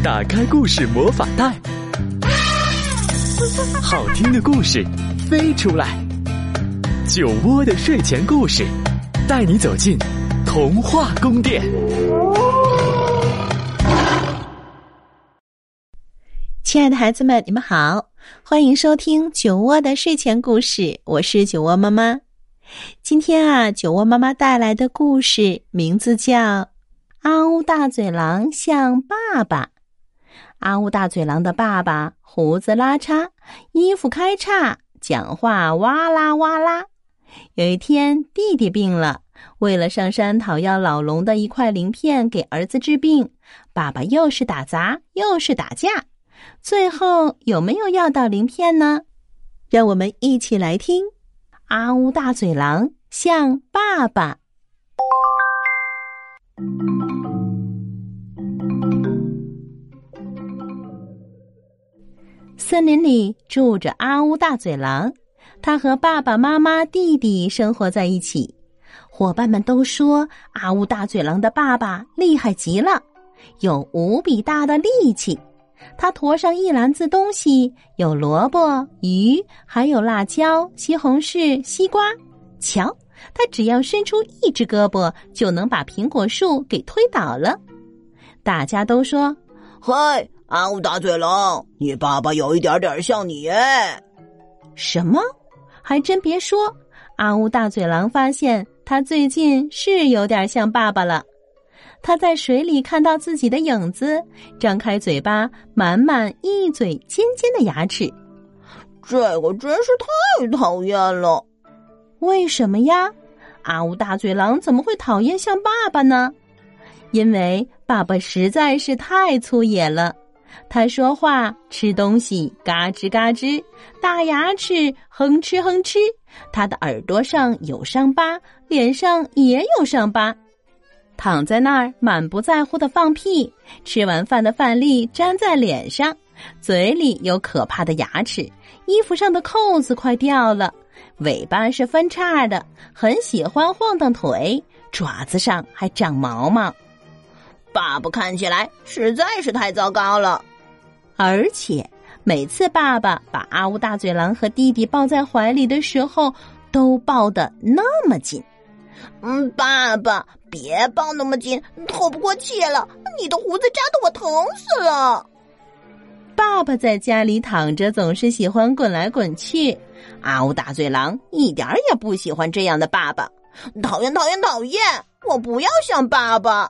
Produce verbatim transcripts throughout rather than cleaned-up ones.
打开故事魔法袋，好听的故事飞出来。酒窝的睡前故事，带你走进童话宫殿。 亲爱的孩子们，你们好，欢迎收听酒窝的睡前故事，我是酒窝妈妈。今天啊，酒窝妈妈带来的故事名字叫《阿乌大嘴狼像爸爸》。阿乌大嘴狼的爸爸胡子拉碴，衣服开叉，讲话哇啦哇啦。有一天，弟弟病了，为了上山讨要老龙的一块鳞片给儿子治病，爸爸又是打杂又是打架，最后有没有要到鳞片呢？让我们一起来听阿乌大嘴狼像爸爸。森林里住着阿乌大嘴狼，他和爸爸妈妈弟弟生活在一起。伙伴们都说阿乌大嘴狼的爸爸厉害极了，有无比大的力气。他驮上一篮子东西，有萝卜、鱼，还有辣椒、西红柿、西瓜。瞧，他只要伸出一只胳膊，就能把苹果树给推倒了。大家都说： 嗨，阿乌大嘴狼，你爸爸有一点点像你耶。 什么？还真别说，阿乌大嘴狼发现他最近是有点像爸爸了。他在水里看到自己的影子，张开嘴巴，满满一嘴尖尖的牙齿。 这个真是太讨厌了。 为什么呀？阿乌大嘴狼怎么会讨厌像爸爸呢？因为爸爸实在是太粗野了。他说话吃东西嘎吱嘎吱，大牙齿哼哧哼哧，他的耳朵上有伤疤，脸上也有伤疤。躺在那儿满不在乎的放屁，吃完饭的饭粒粘在脸上，嘴里有可怕的牙齿，衣服上的扣子快掉了，尾巴是分叉的，很喜欢晃荡腿，爪子上还长毛毛。 爸爸看起来实在是太糟糕了。 而且每次爸爸把阿乌大嘴狼和弟弟抱在怀里的时候，都抱得那么紧。 嗯，爸爸，别抱那么紧，透不过气了，你的胡子扎得我疼死了。 爸爸在家里躺着总是喜欢滚来滚去，阿乌大嘴狼一点也不喜欢这样的爸爸。 讨厌讨厌讨厌，我不要像爸爸。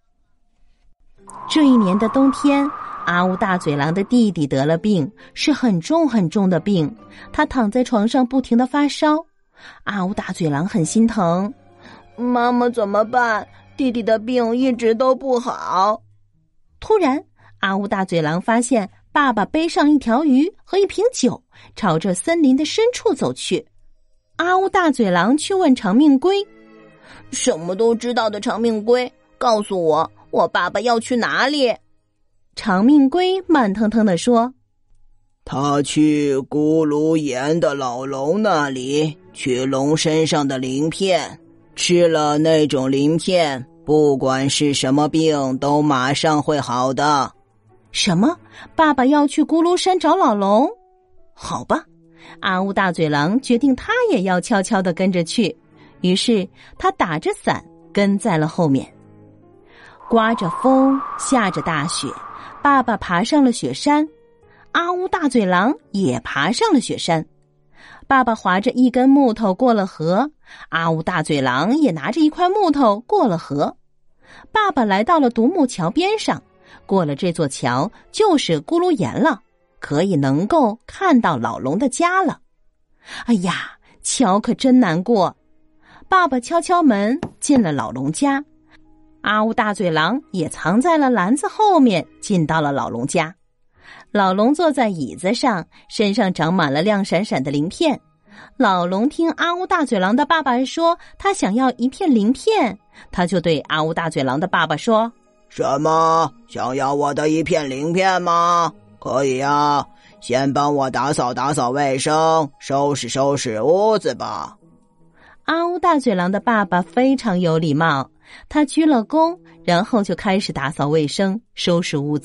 这一年的冬天，阿乌大嘴狼的弟弟得了病，是很重很重的病，他躺在床上不停地发烧。阿乌大嘴狼很心疼， 妈妈怎么办？弟弟的病一直都不好。 突然，阿乌大嘴狼发现爸爸背上一条鱼和一瓶酒，朝着森林的深处走去。阿乌大嘴狼去问长命龟： 什么都知道的长命龟，告诉我，我爸爸要去哪里？ 长命龟慢腾腾地说： 他去咕噜岩的老龙那里，取龙身上的鳞片，吃了那种鳞片，不管是什么病都马上会好的。 什么？爸爸要去咕噜山找老龙？好吧，阿乌大嘴狼决定他也要悄悄地跟着去，于是他打着伞跟在了后面。刮着风，下着大雪，爸爸爬上了雪山，阿乌大嘴狼也爬上了雪山。爸爸划着一根木头过了河，阿乌大嘴狼也拿着一块木头过了河。爸爸来到了独木桥边上，过了这座桥就是咕噜岩了，可以能够看到老龙的家了。哎呀，桥可真难过。爸爸敲敲门，进了老龙家。阿乌大嘴狼也藏在了篮子后面，进到了老龙家。老龙坐在椅子上，身上长满了亮闪闪的鳞片。老龙听阿乌大嘴狼的爸爸说他想要一片鳞片，他就对阿乌大嘴狼的爸爸说： 什么？想要我的一片鳞片吗？可以啊，先帮我打扫打扫卫生，收拾收拾屋子吧。 阿乌大嘴狼的爸爸非常有礼貌，他鞠了躬，然后就开始打扫卫生，收拾屋子。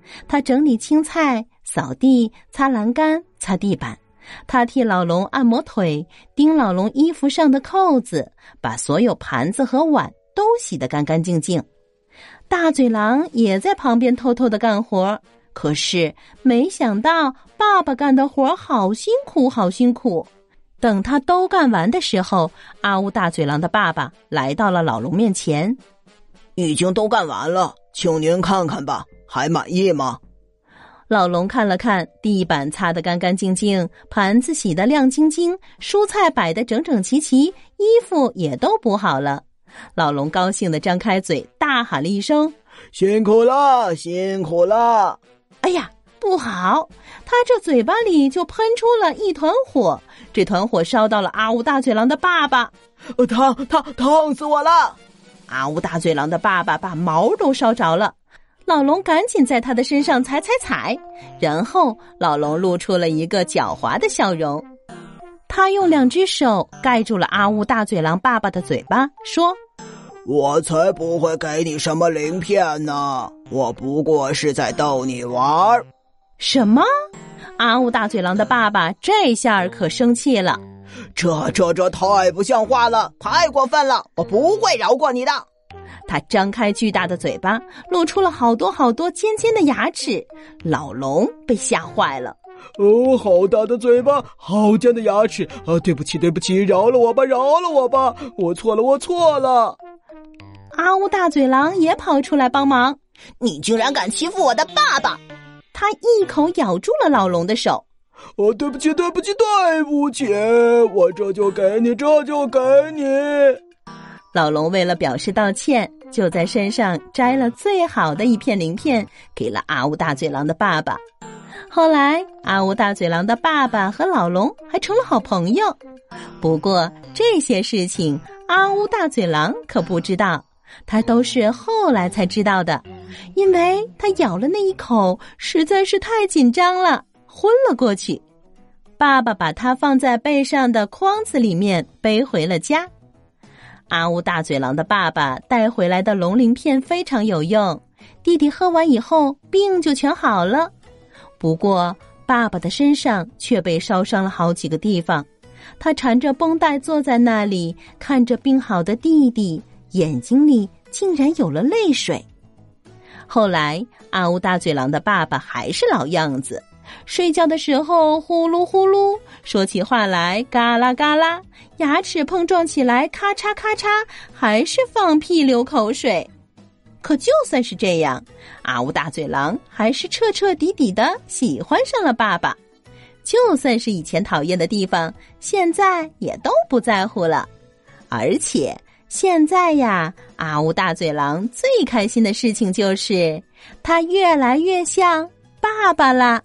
他整理青菜，扫地，擦栏杆，擦地板。他替老龙按摩腿，钉老龙衣服上的扣子，把所有盘子和碗都洗得干干净净。大嘴狼也在旁边偷偷地干活，可是没想到爸爸干的活好辛苦好辛苦。等他都干完的时候，阿乌大嘴狼的爸爸来到了老龙面前。 已经都干完了，请您看看吧，还满意吗？ 老龙看了看，地板擦得干干净净，盘子洗得亮晶晶，蔬菜摆得整整齐齐，衣服也都补好了。老龙高兴地张开嘴，大喊了一声： 辛苦了，辛苦了！ 哎呀，不好！他这嘴巴里就喷出了一团火，这团火烧到了阿乌大嘴狼的爸爸。 呃，烫烫烫死我了！ 阿乌大嘴狼的爸爸把毛都烧着了。老龙赶紧在他的身上踩踩踩，然后老龙露出了一个狡猾的笑容。他用两只手盖住了阿乌大嘴狼爸爸的嘴巴，说： 我才不会给你什么鳞片呢，我不过是在逗你玩。 什么？阿乌大嘴狼的爸爸这下可生气了。 这这这太不像话了，太过分了，我不会饶过你的。 他张开巨大的嘴巴，露出了好多好多尖尖的牙齿。老龙被吓坏了。 哦，好大的嘴巴，好尖的牙齿啊！对不起，对不起，饶了我吧，饶了我吧，我错了，我错了。 阿乌大嘴狼也跑出来帮忙。 你竟然敢欺负我的爸爸！ 他一口咬住了老龙的手。 哦，对不起，对不起，对不起，我这就给你，这就给你。 老龙为了表示道歉，就在身上摘了最好的一片鳞片，给了阿乌大嘴狼的爸爸。后来，阿乌大嘴狼的爸爸和老龙还成了好朋友。不过，这些事情阿乌大嘴狼可不知道，他都是后来才知道的，因为他咬了那一口实在是太紧张了，昏了过去。爸爸把他放在背上的筐子里面背回了家。阿乌大嘴狼的爸爸带回来的龙鳞片非常有用，弟弟喝完以后病就全好了。不过爸爸的身上却被烧伤了好几个地方，他缠着绷带坐在那里，看着病好的弟弟，眼睛里竟然有了泪水。后来阿乌大嘴狼的爸爸还是老样子，睡觉的时候呼噜呼噜，说起话来嘎啦嘎啦，牙齿碰撞起来咔嚓咔嚓，还是放屁流口水。可就算是这样，阿乌大嘴狼还是彻彻底底的喜欢上了爸爸。就算是以前讨厌的地方，现在也都不在乎了。而且现在呀，阿乌大嘴狼最开心的事情就是他越来越像爸爸啦。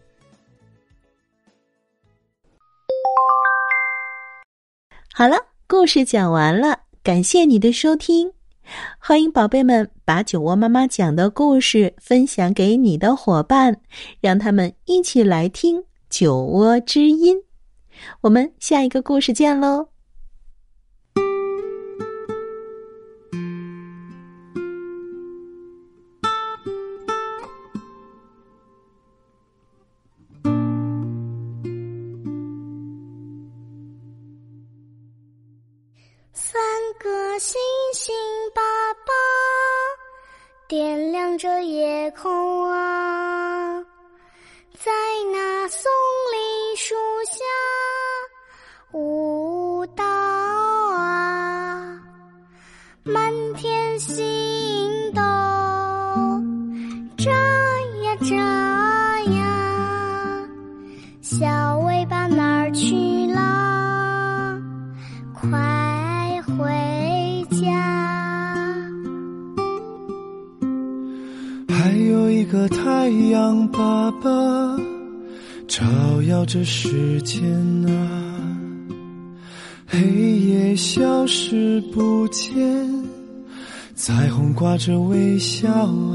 好了，故事讲完了，感谢你的收听。欢迎宝贝们把酒窝妈妈讲的故事分享给你的伙伴，让他们一起来听酒窝之音。我们下一个故事见喽。 三个星星爸爸点亮着夜空啊，在那松林树下舞蹈啊，满天星斗眨呀眨呀，小尾巴哪儿去了？快回家。 还有一个太阳爸爸照耀着世间啊，黑夜消失不见，彩虹挂着微笑啊，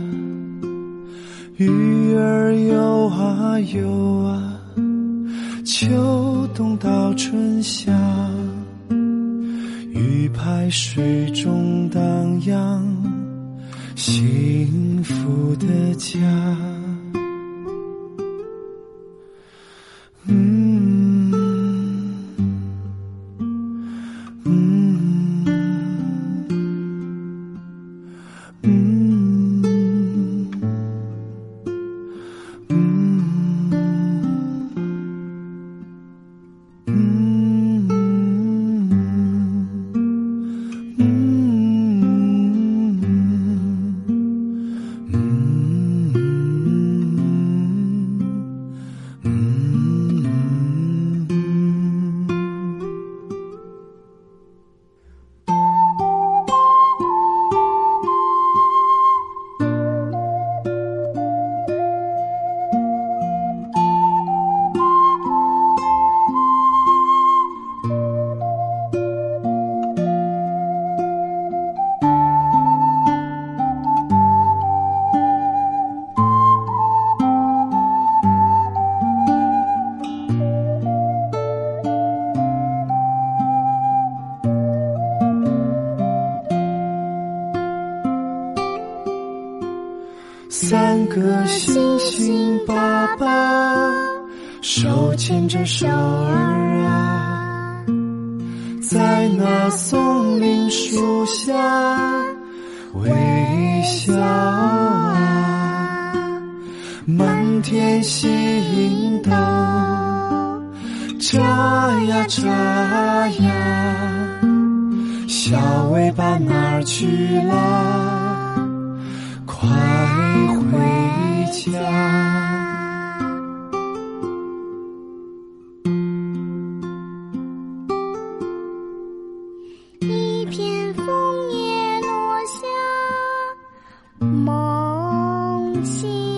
鱼儿游啊游啊，秋冬到春夏，鱼排水中荡漾， 幸福的家。嗯嗯嗯三个星星爸爸手牵着手儿啊，在那松林树下微笑啊，满天星斗眨呀眨呀，小尾巴哪儿去了？快回家。 一片枫叶落下，梦醒。